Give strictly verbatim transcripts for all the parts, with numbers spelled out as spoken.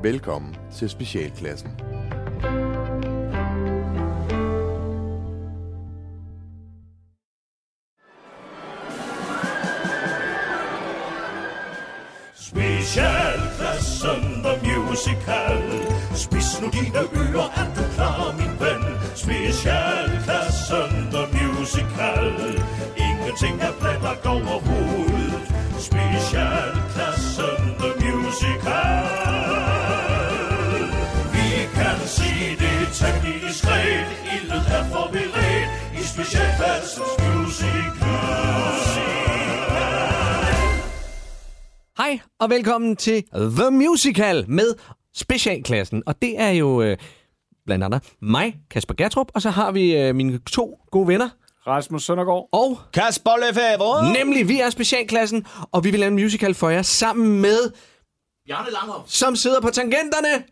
Velkommen til Specialklassen. Specialklassen, the musical. Spids nu dine ører, er du klar, min ven? Specialklassen, the musical. Ingenting er planlagt overhovedet. Specialklassen, the musical. Vi kan sige det temmelig diskret. Ildet er forberedt i specialklassens musical. Hej og velkommen til The Musical med Specialklassen. Og det er jo øh, blandt andet mig, Kasper Gertrup, og så har vi øh, mine to gode venner. Rasmus Søndergaard og Kasper Lefebvre. Nemlig, vi er Specialklassen, og vi vil lave en musical for jer sammen med Bjarne Langhoff, som sidder på tangenterne.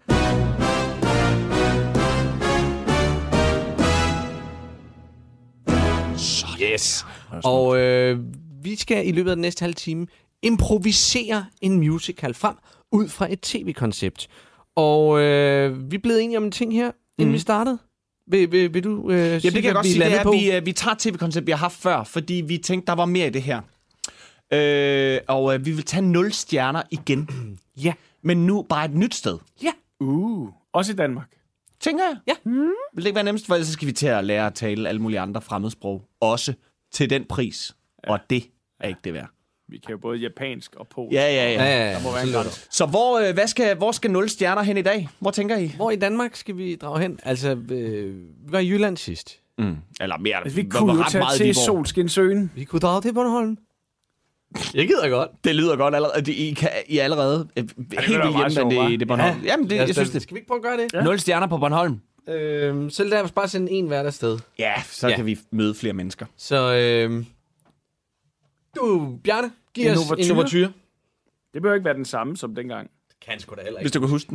Yes. Og øh, vi skal i løbet af den næste halve time improvisere en musical frem ud fra et tv-koncept. Og øh, vi er blevet enige om en ting her, inden mm. vi startede. Vil, vil, vil du øh, ja, sige, det kan jeg godt vi sige, det er, på? vi, vi tager et tv-koncept, vi har haft før, fordi vi tænkte, der var mere i det her. Øh, og øh, vi vil tage nul stjerner igen. Ja. Men nu bare et nyt sted. Ja. Uh, også i Danmark. Tænker jeg. Ja. Mm. Vil det ikke være nemmest, for ellers så skal vi til at lære at tale alle mulige andre fremmedsprog. Også til den pris. Ja. Og det er ikke det værd. Vi kan jo både japansk og polsk. Ja, ja, ja. ja, ja. Der må være en grænse. Så hvor, øh, hvad skal, hvor skal nul stjerner hen i dag? Hvor tænker I? Hvor i Danmark skal vi drage hen? Altså, øh, vi var i Jylland sidst. Mm. Eller mere. Altså, vi kunne jo tage til Solskinsøen. Vi kunne drage til Bornholm. Jeg gider godt. Det lyder godt allerede. I, kan, I er allerede øh, helt vildt hjemme, men det, det er Bornholm. Ja. Jamen, det, Ja, jeg synes det. Skal vi ikke prøve at gøre det? Ja. Nul stjerner på Bornholm. Øhm, så lad os bare sende en hver der sted. Ja, så ja. kan vi møde flere mennesker. Så, øh, du, Bjarne, giv En os ouverture. en ouverture. Det bør ikke være den samme som dengang. Det kan sgu da heller ikke. Hvis du kan huske den.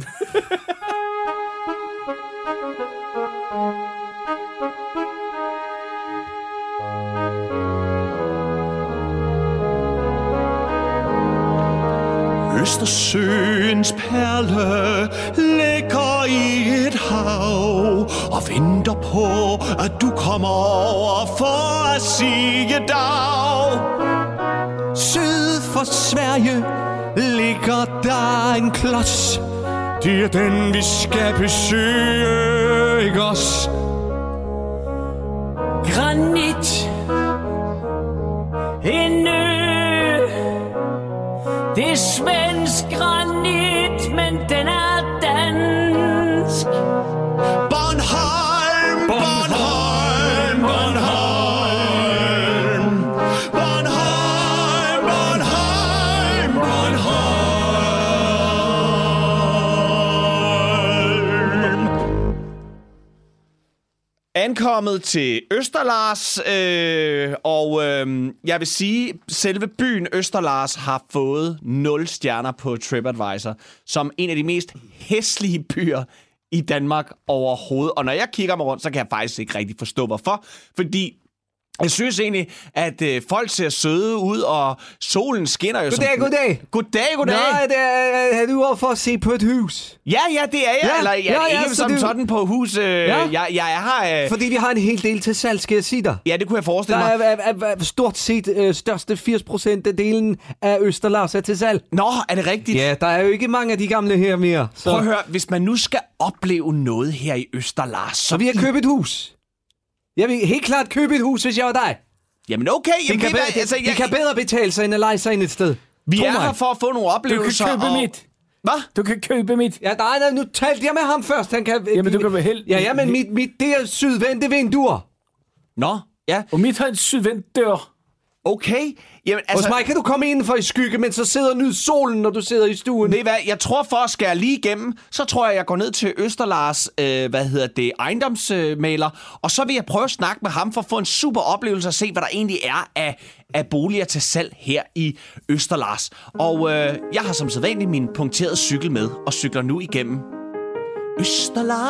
Østersøens perle ligger i et hav og venter på, at du kommer over for at sige dag. Syd for Sverige ligger der en klods. Det er den, vi skal besøge, ikke os? Granit. En ø. Det er svensk granit, men den er dansk. Bornholm, Bornholm, Bornholm. Bornholm, Bornholm, Bornholm. Ankommet til Østerlars, øh, og øh, jeg vil sige, selve byen Østerlars har fået nul stjerner på TripAdvisor, som en af de mest hæslige byer i Danmark overhovedet. Og når jeg kigger mig rundt, så kan jeg faktisk ikke rigtig forstå, hvorfor. Fordi jeg synes egentlig, at øh, folk ser søde ud, og solen skinner jo. Goddag, som... goddag. Goddag, goddag. Nej, det er, er du over for at se på et hus? Ja, ja, det er jeg. Ja, Eller jeg ja, er ja, ikke så som du- sådan på hus. Øh, Ja. jeg, jeg er her. Øh... Fordi vi har en hel del til salg, skal jeg sige dig. Ja, det kunne jeg forestille Der mig. er, er, er, er stort set øh, største firs procent af delen af Østerlars er til salg. Nå, er det rigtigt? Ja, der er jo ikke mange af de gamle her mere. Så, Prøv at høre, hvis man nu skal opleve noget her i Østerlars, så... så vil jeg købe et hus. Jeg vil helt klart købe et hus, hvis jeg var dig. Jamen okay, Det jamen, kan, det, bedre, hvad, det, altså, det jeg, kan bedre betale sig, end at lege sig ind et sted. vi Tro er mig. her for at få nogle Du kan oplevelser. købe og... mit. Hvad? Du kan købe mit. Ja, nej, nej, nu talte jeg med ham først. Han kan, Jamen, du kan vel helt- Ja, ja, men mit, mit, det er sydvendte vinduer. Nå, ja, Og mit har en sydvendt dør. okay. Jamen, Altså, altså, Hos mig kan du komme indenfor i skygge, men så sidder og nyde solen, når du sidder i stuen. ved I hvad, jeg tror for at skære lige igennem, så tror jeg, jeg går ned til Østerlars, øh, hvad hedder det, ejendomsmaler, øh, og så vil jeg prøve at snakke med ham for at få en super oplevelse og se, hvad der egentlig er af, af boliger til salg her i Østerlars. Og øh, jeg har som sædvanligt min punkterede cykel med, og cykler nu igennem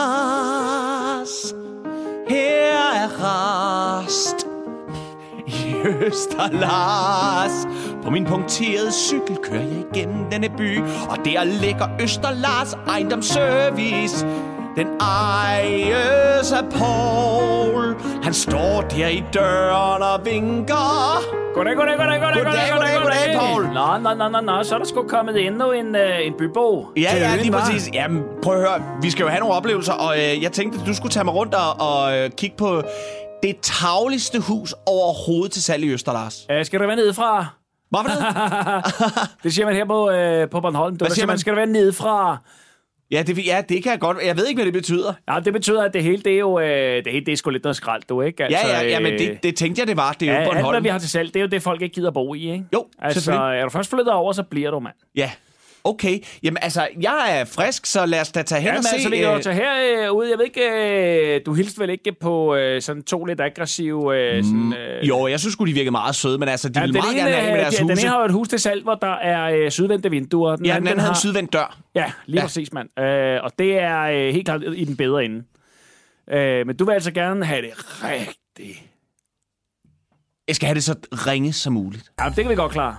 Østerlars. Her er rast. Østerlars. På min punkterede cykel kører jeg igennem denne by, og der ligger Østerlars ejendomsservice. Den ejes af Paul. Han står der i døren og vinker. Goddag, goddag, goddag, goddag, Goddag, goddag, goddag, Paul. Nå, nå, nå, nå, nå, så er der sgu kommet endnu en, øh, en bybo. Ja, til ja, øen, lige hva'? præcis. Jamen, prøv at høre. Vi skal jo have nogle oplevelser, og øh, jeg tænkte, at du skulle tage mig rundt og, og øh, kigge på det tarveligste hus overhovedet til salg i Østerlars. Øh, skal du være nedefra? Hvad var det? Det siger man her på, øh, på Bornholm. Hvad siger man? Skal du være nedefra? Ja, det, ja, det kan jeg godt. Jeg ved ikke, hvad det betyder. Ja, det betyder, at det hele, det er jo øh, det hele, det er sgu lidt noget skrald, du, ikke? Altså, Ja, ja, ja, men øh, det, det tænkte jeg, det var. Det er jo ja, alt, hvad Bornholm. vi har til salg, det er jo det, folk ikke gider bo i, ikke? Jo, Altså, selvfølgelig. er du først flyttet over, så bliver du, mand. Ja, okay. Jamen, altså, jeg er frisk, så lad os da tage hen Jamen, og se. altså, vi kan jo øh, tage herude. Jeg ved ikke, øh, du hilste vel ikke på øh, sådan to lidt aggressive... Øh, sådan, øh, Jo, jeg synes sgu, de virkede meget søde, men altså, de ja, vil den meget ene, gerne have med øh, deres ja, den huse. ene har jo et hus til salg, hvor der er øh, sydvendte vinduer. Ja, den anden havde har, en sydvendt dør. Ja, lige Ja. ja. præcis, mand. Øh, og det er øh, helt klart i den bedre ende. Øh, men du vil altså gerne have det rigtigt. Jeg skal have det så ringe som muligt. Ja, det kan vi godt klare.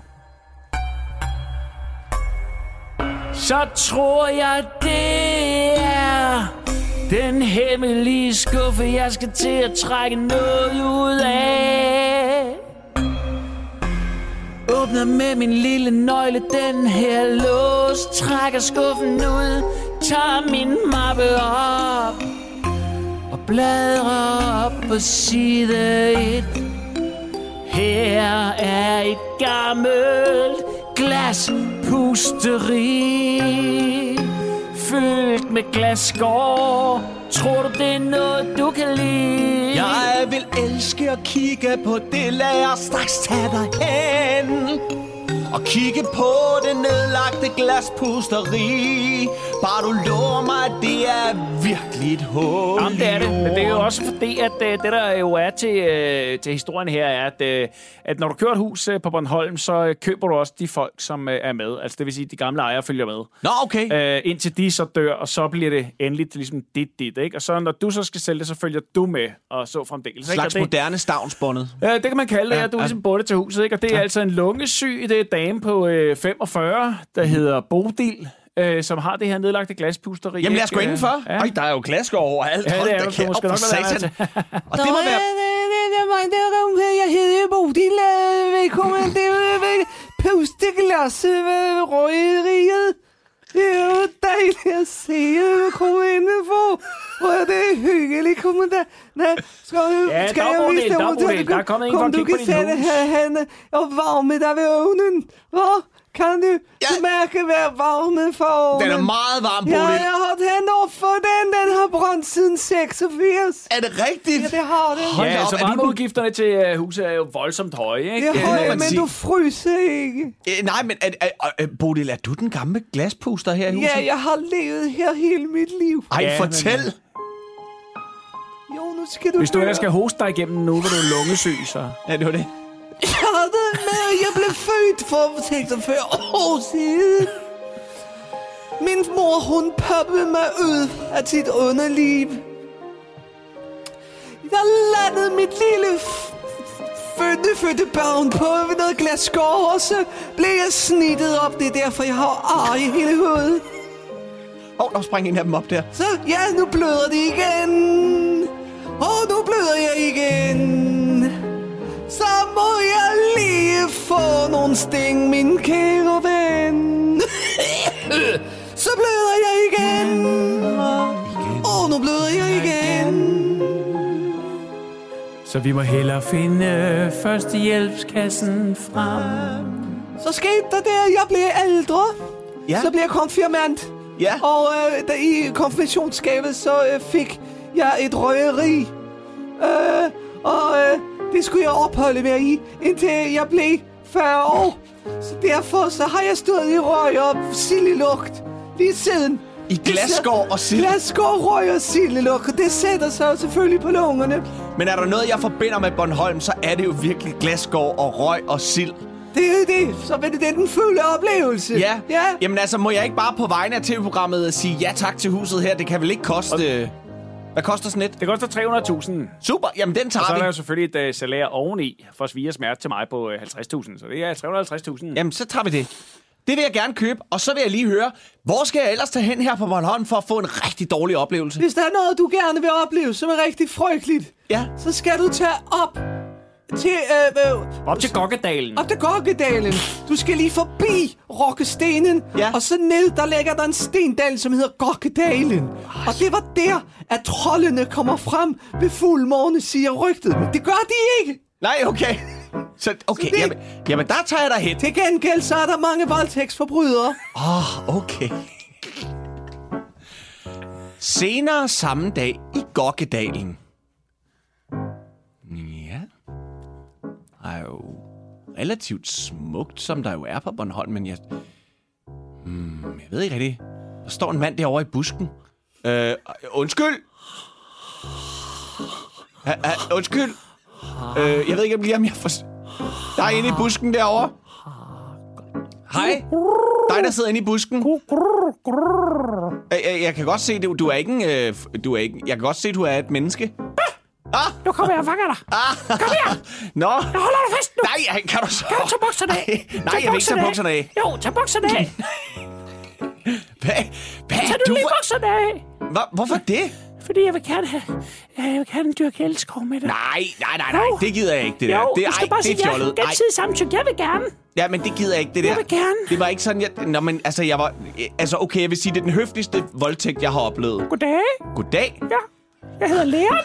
Så tror jeg, det er den hemmelige skuffe, jeg skal til at trække noget ud af. Åbner med min lille nøgle den her lås, trækker skuffen ud, tager min mappe op og bladrer op på side et. Her er et gammelt glaspusteri fyldt med glasskår. Tror du, det er noget, du kan lide? Jeg vil elske at kigge på det lager, straks tage dig hen og kigge på det nedlagte glaspusteri. Bare du lover mig, at det er virkelig et hul. Jamen, det er det. Men det er jo også fordi, at uh, det der jo er til, uh, til historien her, er, at, uh, at når du kører et hus uh, på Bornholm, så uh, køber du også de folk, som uh, er med. Altså det vil sige, at de gamle ejere følger med. Nå, okay. Uh, indtil de så dør, og så bliver det endeligt ligesom dit, dit, ikke? Og så når du så skal sælge det, så følger du med, og så fremdeles. Slags det, moderne stavnsbåndet. Ja, det kan man kalde det, Ja, ja, du er ja. ligesom bundet til huset, ikke? Og det er ja. altså en lungesyg, det er en dame på øh, femogfyrre, der hedder Bodil, øh, som har det her nedlagte glaspusteri. Jamen lad os gå ikke? indenfor. Ja. Øj, der er jo glasskår overalt. Ja, det Hold er da der, kæft, du måske for nok lade være satan. med Og det må være... Jeg hedder Bodil. Velkommen. Det er pusteglas røgeriet. Det er jo dejligt at se jer komme indenfor. Hvor er det hyggeligt. Kom der. Nej, skal, Ja, skal der er jeg Bodil, vise dig, der er hvor Bodil. du- Der er kommet en kom, for at du kigge på kan dit sætte hus. her henne og varme dig ved ovnen. Hvad? Kan du Ja. mærke hver varme for ovnen? Den er meget varm, Ja, Bodil. jeg har tændt op for den. Den har brændt siden seksogfirs. Er det rigtigt? Ja, det har det. Hold Ja, da op, altså er du den- varmeudgifterne til øh, huset er jo voldsomt høje, ikke? Det har må jeg, man men sige. du fryser ikke. Øh, nej, men er, er, er, Bodil, er du den gamle glaspuster her i huset? Ja, jeg har levet her hele mit liv. Ej, Ja, fortæl. men- Jo, nu skal du Hvis du høre. ellers skal hoste dig igennem nu, hvor du er lungesyg, så... Ja, det var det. Jeg havde med, jeg blev født for seksogfyrre år siden. Min mor, hun poppede mig ud af sit underliv. Jeg landede mit lille f- fødte, fødte barn på noget glasskår, og så blev jeg snittet op. Det er derfor, jeg har ar i hele hovedet. Åh, oh, der sprang en af dem op der. Så ja, nu bløder det igen. Og nu bløder jeg igen. Så må jeg lige få nogle sting, min kære ven. Så bløder jeg igen. Og nu bløder jeg igen. Så vi må hellere finde førstehjælpskassen frem. Så skete der det, at jeg blev ældre. Ja. Så blev jeg konfirmand. Ja. Og øh, der i konfirmationsgave, så øh, fik jeg et røgeri. Øh, og øh, det skulle jeg opholde mig i, indtil jeg blev fyrre år. Så derfor så har jeg stået i røg og sildelugt lige siden. I glasskår og sild. Glasskår, røg og sildelugt, og det sætter sig jo selvfølgelig på lungerne. Men er der noget, jeg forbinder med Bornholm, så er det jo virkelig glasskår og røg og sild. Det er jo det, så er det den fulde oplevelse. Ja. Ja. Jamen altså, må jeg ikke bare på vegne af T V-programmet sige ja tak til huset her? Det kan vel ikke koste... Hvad koster sådan et? Det koster tre hundrede tusind. Super, jamen den tager Og så er vi. der jo selvfølgelig et uh, salær oveni for Svia Smert til mig på uh, halvtreds tusind. Så det er tre hundrede og halvtreds tusind. Jamen, så tager vi det. Det vil jeg gerne købe, og så vil jeg lige høre, hvor skal jeg ellers tage hen her på Bornholm for at få en rigtig dårlig oplevelse? Hvis der er noget, du gerne vil opleve, som er rigtig frygteligt, Ja. så skal du tage op til... Øh, øh, Op til Gokkedalen. op til Gokkedalen. Du skal lige forbi Rokkestenen, Ja. og så ned, der ligger der en stendal, som hedder Gokkedalen. Og det var der, at troldene kommer frem ved fuldmåne, siger rygtet. Men det gør de ikke. Nej, okay. Så, okay, Så det- jamen, jamen der tager jeg dig hen. Til gengæld, så er der mange voldtægtsforbrydere. Åh, oh, okay. Senere samme dag i Gokkedalen. Ja. Det er jo relativt smukt, som der jo er på Bornholm, men jeg... Hmm, jeg ved ikke rigtigt. Der står en mand derovre i busken. Øh, undskyld. Uh, uh, undskyld. Øh, jeg ved ikke om lige, om jeg får... Der er inde i busken derovre. Hej. Dig, der sidder inde i busken. Jeg, jeg, jeg kan godt se, du, du er ikke en... Øh, du er ikke, jeg kan godt se, du er et menneske. Ah! Nu kommer jeg og fanger dig. Ah! Kom her! Nå! Jeg holder dig fast nu. Nej, kan du så... Kan du tage bukserne af? Nej, nej, jeg vil ikke tage bukserne af. Jo, tag bukserne af. Hvad? Hvad Tag er du du lige for... bukserne af. Hva, hvorfor det? Fordi jeg vil gerne have, jeg vil gerne dyrke elskov med dig. Nej, nej, nej, nej. Jo. Det gider jeg ikke, det der. Jo, det, du skal ej, bare det sige er ja. fjollet. Nej. Gensidig samtykke. Jeg vil gerne. Ja, men det gider jeg ikke, det der. Jeg vil gerne. Det var ikke sådan, jeg... Nå, men altså, jeg var... Altså, okay, jeg vil sige, det er den høfligste voldtægt, jeg har oplevet. Goddag. Goddag. Ja. Jeg hedder Leon.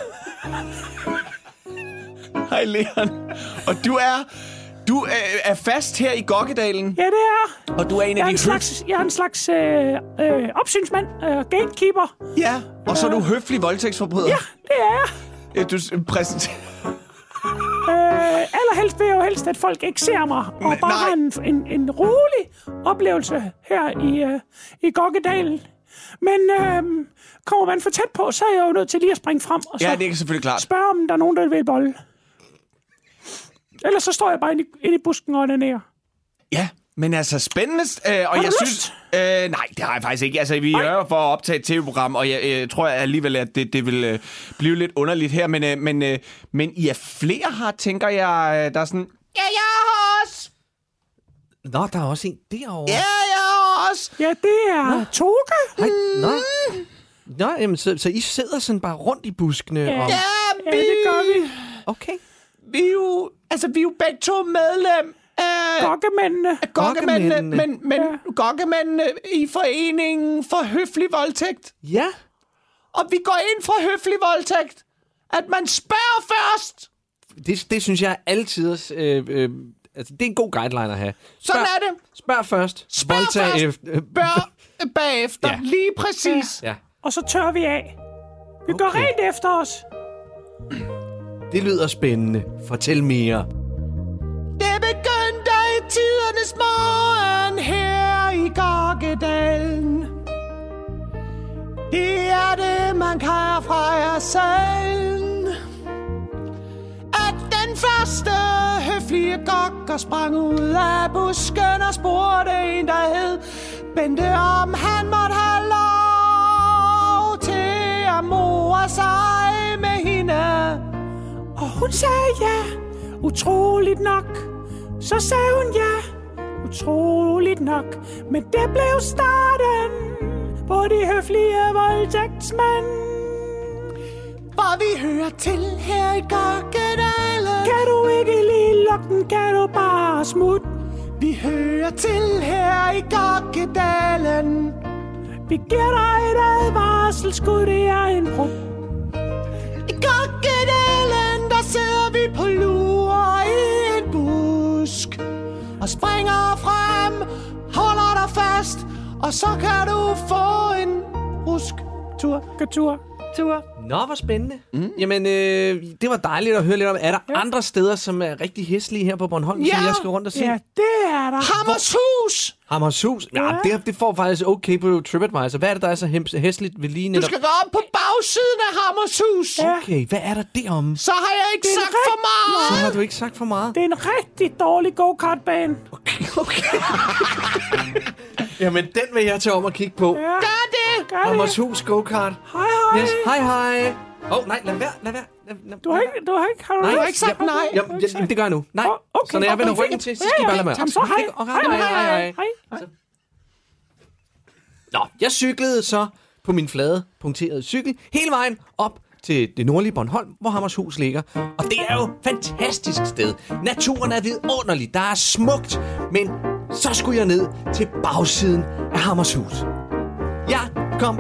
Hej, Leon. Og du er... Du er, er fast her i Gokkedalen, Ja, det er. og du er en Jeg af er de en slags, jeg er en slags øh, øh, opsynsmand. Øh, gatekeeper. Ja, og så er du høflig voldtægtsforbryder. Ja, det er jeg. Ja. Du s- præsenterer... Øh, allerhelst vil jeg jo helst, at folk ikke ser mig. Og Nej. bare har en, en, en rolig oplevelse her i, øh, i Gokkedalen. Men øh, kommer man for tæt på, så er jeg jo nødt til lige at springe frem. Og så Ja, det er selvfølgelig klart. spørge, om der er nogen, der vil bolle. Ellers så står jeg bare inde i, inde i busken og onanerer. Ja, men altså spændende, øh, og Har jeg du synes... Øh, nej, det har jeg faktisk ikke. Altså, vi er jo for at optage et tv-program, og jeg øh, tror alligevel, at det, det vil øh, blive lidt underligt her. Men, øh, men, øh, men I er flere her, tænker jeg, øh, der er sådan... Ja, jeg har også! Nå, der er også en derovre. Ja, jeg har også! Ja, det er Nå. Toge. Hej. Nå. Nå, jamen, så, så I sidder sådan bare rundt i buskene? Ja. Og... Ja, Ja, det gør vi. Okay. Vi er jo... Altså, vi er jo begge to medlem af... Gokkemændene. Gokkemændene, Gokkemændene. men, men Ja. gokkemændene i foreningen for høflig voldtægt. Ja. Og vi går ind for høflig voldtægt. At man spørger først. Det, det synes jeg er altid... Øh, øh, altså, det er en god guideline at have. Sådan er det. Spørg først. Spørg Voldtag først. efter- Bør bagefter. Ja. Lige præcis. Ja. Og så tør vi af. Vi går Okay. rent efter os. Det lyder spændende. Fortæl mere. Det begyndte i tidernes morgen her i Gokkedalen. Det er det, man kalder fra jer selv. At den første høflige gokker sprang ud af busken og spurgte en, der hed Bente, om han måtte have lov til at more sig med hende. Og hun sagde ja. Utroligt nok. Så sagde hun ja. Utroligt nok. Men det blev starten på de høflige voldtægtsmænd. For vi hører til her i Gokkedalen. Kan du ikke lide lugten, kan du bare smutte. Vi hører til her i Gokkedalen. Vi giver dig et advarselsskud, det er en brug. I Gokkedalen, der sidder vi på lur i en busk. Og springer frem, holder dig fast. Og så kan du få en rusk tur. Tur. Tur. Nå, hvor spændende. Mm. Jamen, øh, det var dejligt at høre lidt om. Er der ja. andre steder, som er rigtig hæslige her på Bornholm, Ja. som jeg skal rundt og se? Ja, det er der. Hammershus! Hammershus? Ja, Ja. det, det får faktisk okay på TripAdvisor. Hvad er det, der er så hems- hæsligt ved lige Du netop? skal gå op på bagsiden af Hammershus. Ja. Okay, hvad er der derom? Så har jeg ikke Det er sagt for rigtigt. Så meget. har du ikke sagt for meget. Det er en rigtig dårlig go-kart-bane. Jamen, den vil jeg tage om at kigge på. Ja. Gør det! Gør det. Hammershus go-kart. Hej, hej. Yes, hej hej. Åh, oh, nej, lad være, lad være. Lad, lad, Du har ikke, du har ikke, har du nej, ikke sagt nej? Ja, ja, ja, det gør jeg nu. Nej, Oh, okay, så når jeg okay, vender fint. ryggen til, så skal I bare lade mig. Jamen, så hej. Okay, Hej, hej, hej, hej. hej. Nå, jeg cyklede så på min flade, punkterede cykel hele vejen op til det nordlige Bornholm, hvor Hammershus ligger. Og det er jo et fantastisk sted. Naturen er vidunderlig, der er smukt. Men så skulle jeg ned til bagsiden af Hammershus. Jeg kom...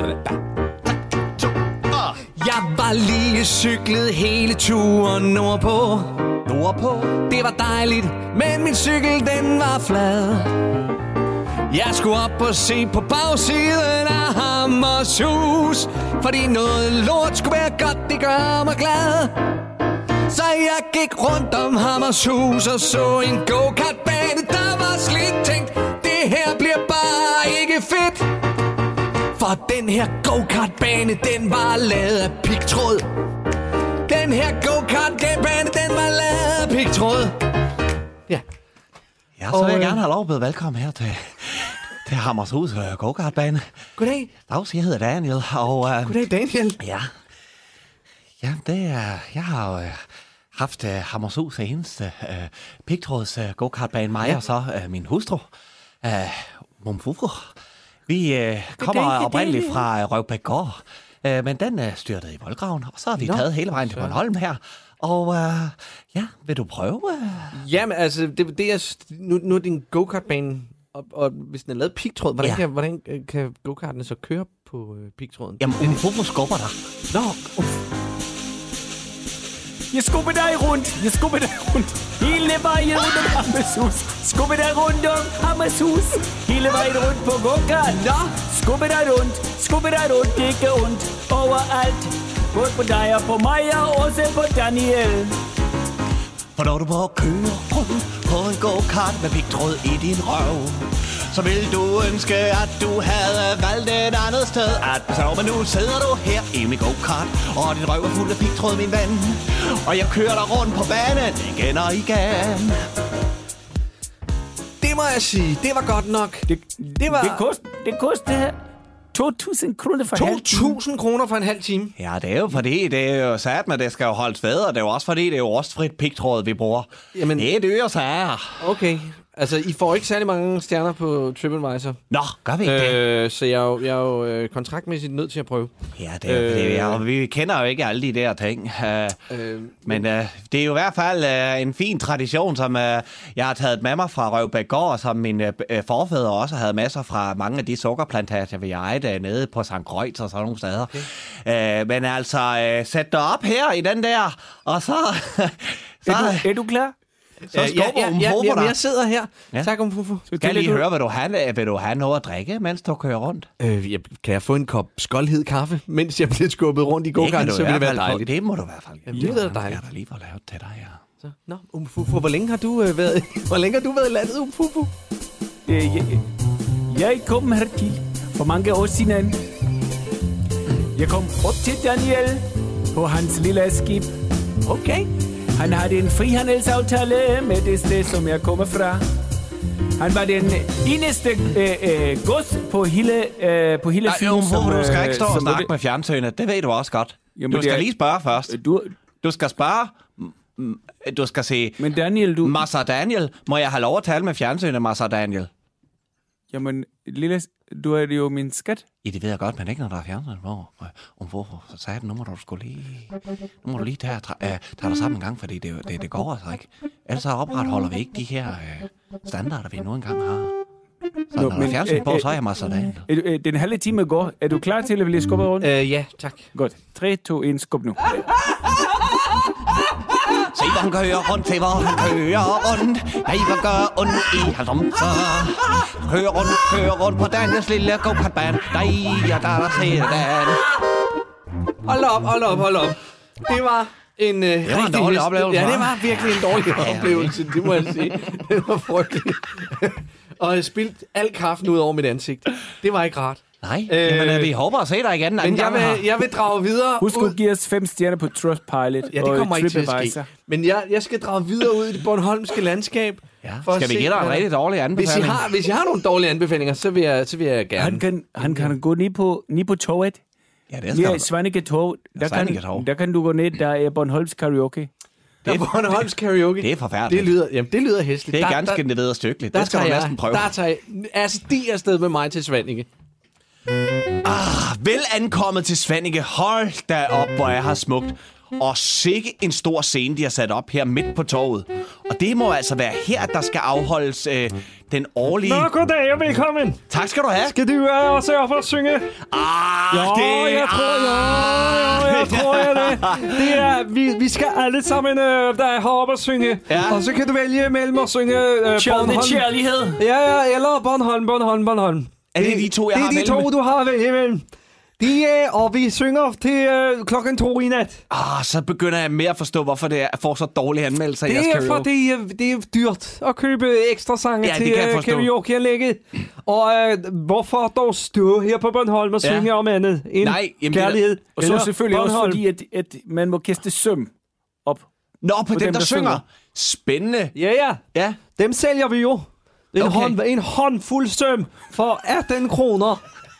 Jeg var lige cyklet hele turen nordpå. Nordpå? Det var dejligt, men min cykel, den var flad. Jeg skulle op og se på bagsiden af Hammershus, fordi noget lort skulle være godt, det gør mig glad. Så jeg gik rundt om Hammershus og så en go-kart-bane, der var slidt. Tænkt, det her bliver bare ikke fedt. For den her go-kart-bane, den var lavet af pigtråd. Den her go-kart-bane, den var lavet af pigtråd. Ja. Ja, så vil jeg gerne have lov at byde velkommen her til, til Hammershus uh, go-kartbane. Goddag. Dag, jeg hedder Daniel, og... Uh, Goddag, Daniel. Ja. Ja, det er... Jeg har jo uh, haft uh, Hammershus eneste uh, pigtråds uh, go-kartbane, mig ja. og så uh, min hustru, uh, Mumfufu. Vi uh, kommer oprindeligt fra uh, Røvbækgård, uh, men den uh, styrtede i voldgraven, og så har vi Nå, taget hele vejen til Bornholm her. Og uh, ja, vil du prøve? Uh? Jamen, altså, det, det er, nu, nu er det en go-kart-bane, og, og hvis den er lavet pigtråd, hvordan, ja. kan, hvordan kan go-kartene så køre på uh, pigtråden? Jamen, Mumfufu skubber dig. Nå, uff. Jeg skubber dig rundt, jeg skubber dig rundt. Hele vejen rundt om Hammershus. Skubber dig rundt om Hammershus. Hele vejen rundt på go-kart. Nå. Skubber dig rundt, skubber dig rundt. Det gør ondt overalt. Både på dig og på mig og også på Daniel. For når du må køre rundt på en go-kart med pigtråd i din røv, så vil du ønske, at du havde valgt et andet sted at sove. Men nu sidder du her i min go-kart, og din røv er fuld af pigtråd, min ven. Og jeg kører dig rundt på banen igen og igen. Det må jeg sige, det var godt nok. Det, det var... Det kost, det koster to tusind kroner for en halv time. to tusind kroner for en halv time? Ja, det er jo fordi, det er jo sat med, det skal jo holdes ved, og det er jo også fordi, det er jo rostfrit pigtråd, vi bruger. Jamen, det er dyre sager. Okay, altså I får ikke særlig mange stjerner på TripAdvisor. Nå, gør vi ikke øh, det? Så jeg er jo, jeg er jo øh, kontraktmæssigt nødt til at prøve. Ja, det er øh, det, ja, vi kender jo ikke alle de der ting. Uh, øh, men uh, det er jo i hvert fald uh, en fin tradition, som uh, jeg har taget med mig fra Røvbækgård, som mine uh, forfædre også havde masser fra mange af de sukkerplantager, vi ejede nede på Sankt Kreuz og sådan nogle steder. Okay. Uh, men altså, uh, sæt dig op her i den der, og så... så er, du, er du klar? Så øh, ja, ja, ja, ja, jeg sidder her. Ja. Tak, Mumfufu. Skal jeg lige høre, hvad du har, vil du have noget at drikke, mens du kører rundt? Øh, jeg, kan jeg få en kop skoldhed kaffe, mens jeg bliver skubbet rundt i go-karten, så vil det være dejligt. Det må du i hvert fald. Jamen, det vil være dejligt. Jeg har lige fået lavet til dig her. Så, nå, Mumfufu, hvor længe har du øh, været, hvor længe har du været i landet, Mumfufu? Øh, jeg, jeg kom hertil for mange år siden. Jeg kom op til Daniel på hans lille skib. Okay. Han havde en frihandelsaftale med det sted, som jeg kommer fra. Han var den eneste øh, øh, gods på hele, øh, på hele Fyn. Nej, som, du skal ikke stå og som, snakke med fjernsynet. Det ved du også godt. Jamen, du skal er... lige spørge først. Du, du skal spørge... Du skal sige... Men Daniel, du... Massa Daniel, må jeg have lov at tale med fjernsynet, Massa Daniel? Jamen, lille... Du er jo min skat. Ja, det ved jeg godt, men ikke når der er fjernsyn. Hvor, om hvorfor? Så sagde jeg, nu må du sgu lige... Nu må du lige tage, uh, tage dig sammen en gang, fordi det, det, det går altså ikke. Ellers så opretholder vi ikke de her uh, standarder, vi nu engang har. Så Nå, når der er fjernsyn øh, på, så er jeg Massa Daniel. Øh, øh, den halve time går. Er du klar til at blive skubbet rundt? Øh, ja, tak. Godt. tre, to, et, skub nu. Se, hvor han kører rundt, se, hvor han kører rundt. Nej, hvad gør ondt i hans omser? Kører rundt, kører rundt på Daniels lille go-kart-bane. Nej, ja, der er der se det. Hold op, hold op, hold op. Det var en, øh, det var en dårlig oplevelse. Ja, det var virkelig en dårlig oplevelse, det må jeg sige. Det var frygteligt. Og jeg spildte al kaffen ud over mit ansigt. Det var ikke rart. Nej, øh, jamen, vi håber at se dig igen. Men jeg vil, jeg vil drage videre. Husk at give os fem stjerner på Trustpilot. Ja, det kommer ikke til at ske. Men jeg, jeg skal drage videre ud i det bornholmske landskab. Ja. Skal vi give dig en rigtig dårlig anbefaling? Hvis I har, hvis I har nogle dårlige anbefalinger, så vil jeg, så vil jeg gerne. Han kan, han kan gå ned på, ned på toget. Ja, det er Ja, skam. Svanike Torv. Der, Svanike kan, Torv. der kan du gå ned, der er Bornholms karaoke. Der er Bornholms karaoke. Det er forfærdeligt. Det lyder, jamen, det lyder hæsligt. Det er Der- ganske der- nederstykkeligt. Der Det skal du tager næsten jeg, prøve. der tager jeg, altså, de er afsted med mig til Svanike. Vel ankommet til Svanike. Hold da op, hvor er her smukt. Og sikke en stor scene, de har sat op her midt på torvet. Og det må altså være her, der skal afholdes øh, den årlige... Nå, goddag og velkommen. Tak skal du have. Skal du øh, også op og synge? Ah, Jo, det... jeg tror, jo, jo, jeg tror, jeg det. Det er, vi, vi skal alle sammen øh, der er heroppe og synge. Ja. Og så kan du vælge mellem at synge øh, Bornholm. Kærlighed. Ja, ja, eller Bornholm, Bornholm, Bornholm. Er det de to, jeg det har er de at to, vælge du har at vælge imellem. De er, og vi synger til øh, klokken to i nat. Ah, så begynder jeg mere at forstå, hvorfor det er, får så dårlige anmeldelser i Det jeres er karaoke. fordi, øh, det er dyrt at købe ekstra sange Ja, det til kan jeg øh, forstå. karaokeanlægget. Og øh, hvorfor dog stå her på Bornholm og Ja. synge om andet end Nej, jamen, det er- kærlighed? Og så eller selvfølgelig også Bornholm. fordi, at, at man må kaste søm op. Nå, på, på dem, dem, der, der synger. synger. Spændende. Ja, ja. Ja. Dem sælger vi jo. En, Okay. hånd, en håndfuld søm for atten kroner.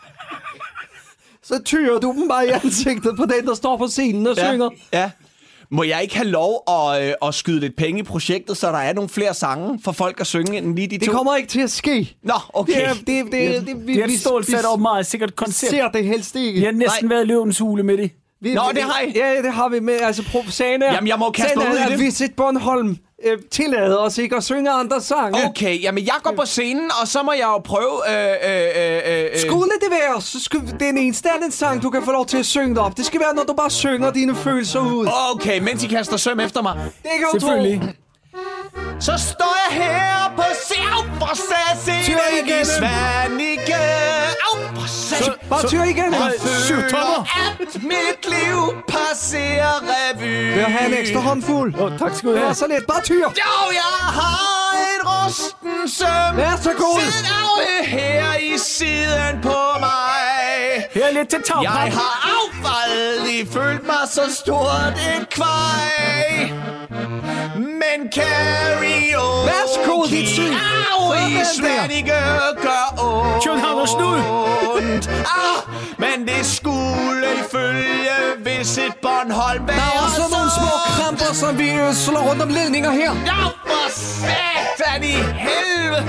Så tyrer du dem bare i ansigtet på den, der står på scenen og Ja. synger. Ja. Må jeg ikke have lov at, øh, at skyde lidt penge i projektet, så der er nogle flere sange for folk at synge end lige de Det to? kommer ikke til at ske. Nå, okay. Det er, det, det, det, det, vi, Det er vi, et stort vi sat og meget sikkert koncept. ser det helst ikke. Vi har næsten Nej. været løvens hule med det. Vi, Nå, vi- det har I. Ja, det har vi med. Altså, pro- sagen er, Jamen, jeg må kaste sagen mig ud er, i at det. Visit Bornholm øh, tillader os ikke at synge andre sange. Okay, jamen jeg går på scenen, og så må jeg jo prøve... Øh, øh, øh, øh, Skulle det være, så skal den eneste anden sang, du kan få lov til at synge op. Det skal være, når du bare synger dine følelser ud. Okay, mens I kaster søm efter mig. Det kan du tro. Selvfølgelig. Så står jeg her på Sjavforsassen Tyr i igennem. Svanike. Au, for satan. Bare tyr igen. Og Syv tommer. føler, at mit liv passerer revy. Vil du have en ekstra håndfuld? Oh, tak skal du Det er have. så let. Bare tyr. Jo, jeg har et rusten søm. Vær så god. Sid af her i siden på mig. Her er lidt til tag. Jeg har aldrig følt mig så stort et kvej. Men karaoke Værsgo, dit syg. Au, Sådan i der. Svanike gør ondt. København og snud. Ah, men det skulle ifølge Visit Bornholm være Der er også nogle små kramper, som vi øh, slår rundt om ledninger her. Ja, for satan i helvede.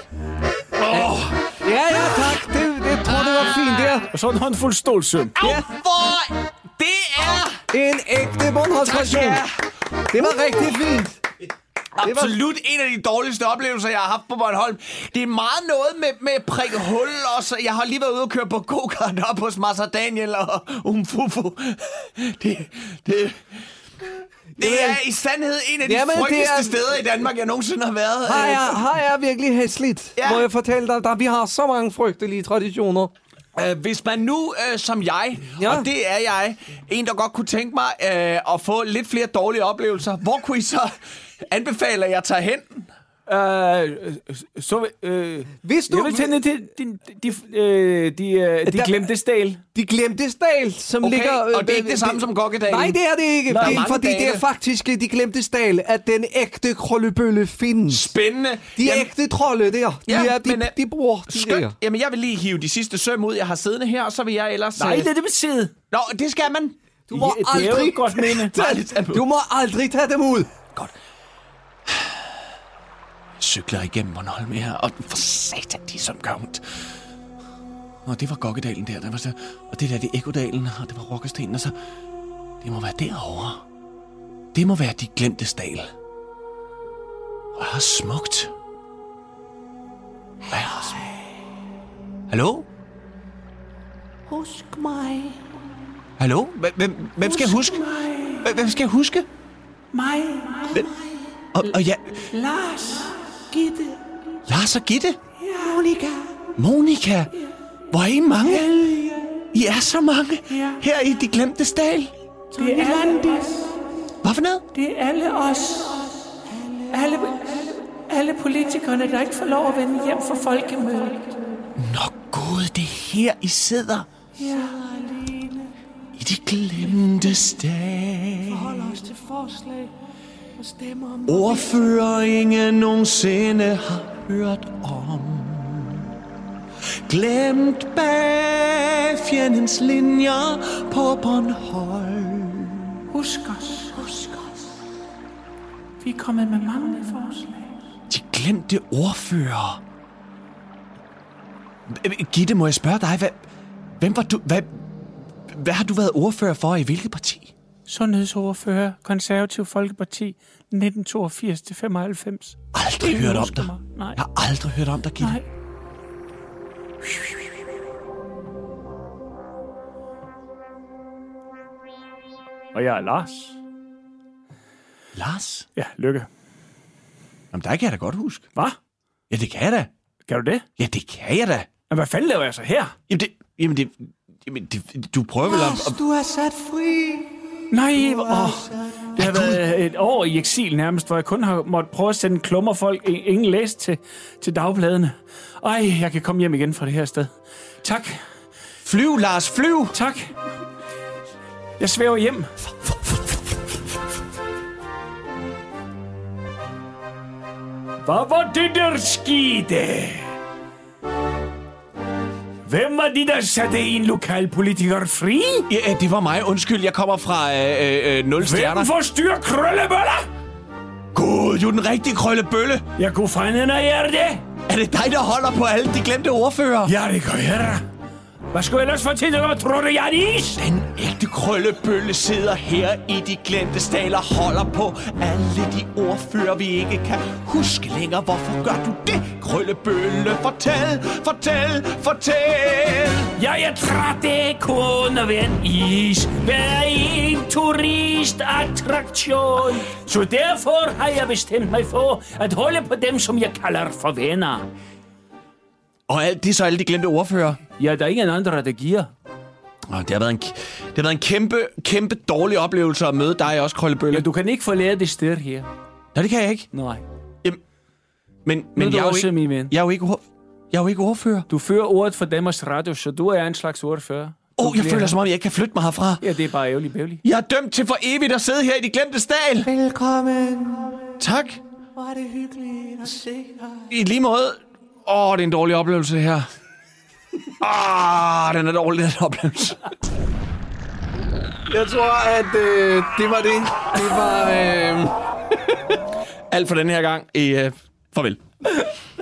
Åh, Ja, ja, tak. Det, det tror det var fint der. Og så en håndfuld stålsøm. au, Ja. hvor... Det er... En ægte Bornholmsversion. Ja. Det var rigtig fint. Absolut en af de dårligste oplevelser, jeg har haft på Bornholm. Det er meget noget med, med prikke hul også. Jeg har lige været ude og køre på go-kart op hos Master Daniel og Umfufu. Det, det, det er i sandhed en af de Jamen, det frygteligste er- steder i Danmark, jeg nogensinde har været. Har jeg, har jeg virkelig hæsligt, Ja. må jeg fortælle dig. Der, vi har så mange frygtelige traditioner. Uh, hvis man nu, uh, som jeg, Ja. og det er jeg, en, der godt kunne tænke mig uh, at få lidt flere dårlige oplevelser, hvor kunne I så anbefale, at jeg tager hen? Øh, så, øh, Hvis du- jeg vil tænde til de, de, øh, de, øh, de Der- glemte stal. De glemte Stal, som Okay, ligger... og det er ikke det samme som Kokkedalen? Nej, det er det ikke. Der er Det er, mange fordi det er dale. faktisk øh, De glemte Stal, at den ægte Krøllebølle findes. Spændende. De Jamen, ægte trolde der, de, Ja, er, de, men, øh, de bruger de der. skønt. Jamen, jeg vil lige hive de sidste søm ud, jeg har siddende her, og så vil jeg ellers... Nej, øh, det er det med side. Nå, det skal man. Du må Ja, det er jo aldrig godt mene. tage, du må aldrig tage dem ud. Godt. Cykler igennem Bornholm her, og for satan, de som gør ondt. Og det var Kokkedalen der, der var så, og det der, det er Ekkodalen, og det var Rokkestenen, og så... Det må være derovre. Det må være de glemte stal. Og er smukt. Hvad er smukt? Hallo? Husk mig. Hallo? Hvem, hvem, hvem skal jeg huske? Hvem- Hvem skal jeg huske? Mig. Og, og ja, Lars. Gitte. Lars og Gitte. Monika. Monika. Hvor er I mange? I er så mange. Ja. Her i de glemte stal. Det er Landis. Hvad for noget? Det er alle os. Alle, alle politikerne, der ikke får lov at vende hjem fra folkemødet. Nå gud, det er her I sidder. Ja. I de glemte stal. Hold os til forslag og stemmer om... Ordfører ingen nogensinde har hørt om. Glemt bag fjendens linjer på Bornholm. Husk os, husk os. Vi er kommet med mange forslag. De glemte ordfører. Gitte, må jeg spørge dig, hvad, hvem var du, hvad, hvad har du været ordfører for i hvilket parti? Sundhedsordfører, Konservativ Folkeparti, nitten toogfirs til femoghalvfems. Aldrig Ingen hørt om husker dig. mig. Nej. Jeg har aldrig hørt om dig, Gitte. Nej. Og jeg er Lars. Lars? Ja, Lykke. Jamen, der kan jeg da godt huske. Hvad? Ja, det kan jeg da. Kan du det? Ja, det kan jeg da. Men hvad fanden laver jeg så her? Jamen, det... Jamen, det... Jamen, det, du prøver vel at... Du er sat fri. Nej, åh. Det har været et år i eksil nærmest, hvor jeg kun har måttet prøve at sende klummer folk, ingen læst til, til dagbladene. Ej, jeg kan komme hjem igen fra det her sted. Tak. Flyv, Lars, flyv! Tak. Jeg svæver hjem. Hvad var det, der skete? Hvem var det, der satte en lokalpolitiker fri? Ja, det var mig. Undskyld, jeg kommer fra øh, øh, nul stjerner. Hvem forstyrrer Krøllebøller? Gud, du er den rigtige Krøllebølle. Jeg kunne fanden af jer det. Er det dig, der holder på alle de glemte ordfører? Ja, det gør jeg da. Hvad skulle jeg ellers fortælle dig, tror du, jeg er is? Den ægte Krøllebølle sidder her i de glemte staler, holder på alle de ordfører, vi ikke kan huske længere. Hvorfor gør du det, Krøllebølle? Fortæl, fortæl, fortæl! Jeg er træt af kun at være en is. Være en turistattraktion. Så derfor har jeg bestemt mig for at holde på dem, som jeg kalder for venner. Og alt, det er så alle de glemte ordfører? Ja, der er ingen andre, der giver. Oh, det, har været en, det har været en kæmpe, kæmpe dårlig oplevelse at møde dig også, Krøllebølle. Ja, du kan ikke forlade det sted her. Nej, det kan jeg ikke. Nej. Jamen, men men jeg, er også, jo ikke, min ven. jeg er jo ikke Jeg er jo ikke ordfører. Du fører ordet for Danmarks Radio, så du er en slags ordfører. Åh, oh, jeg føler som om, jeg ikke kan flytte mig herfra. Ja, det er bare ærgerligt bævligt. Jeg er dømt til for evigt at sidde her i de glemte stal. Velkommen. Tak. Var det hyggeligt at se dig. I lige måde. Åh, oh, det er en dårlig oplevelse her. Ah, den er dårlig, den oplevelse. Jeg tror, at øh, det var det. Det var... Øh... Alt for den her gang. I, øh, farvel.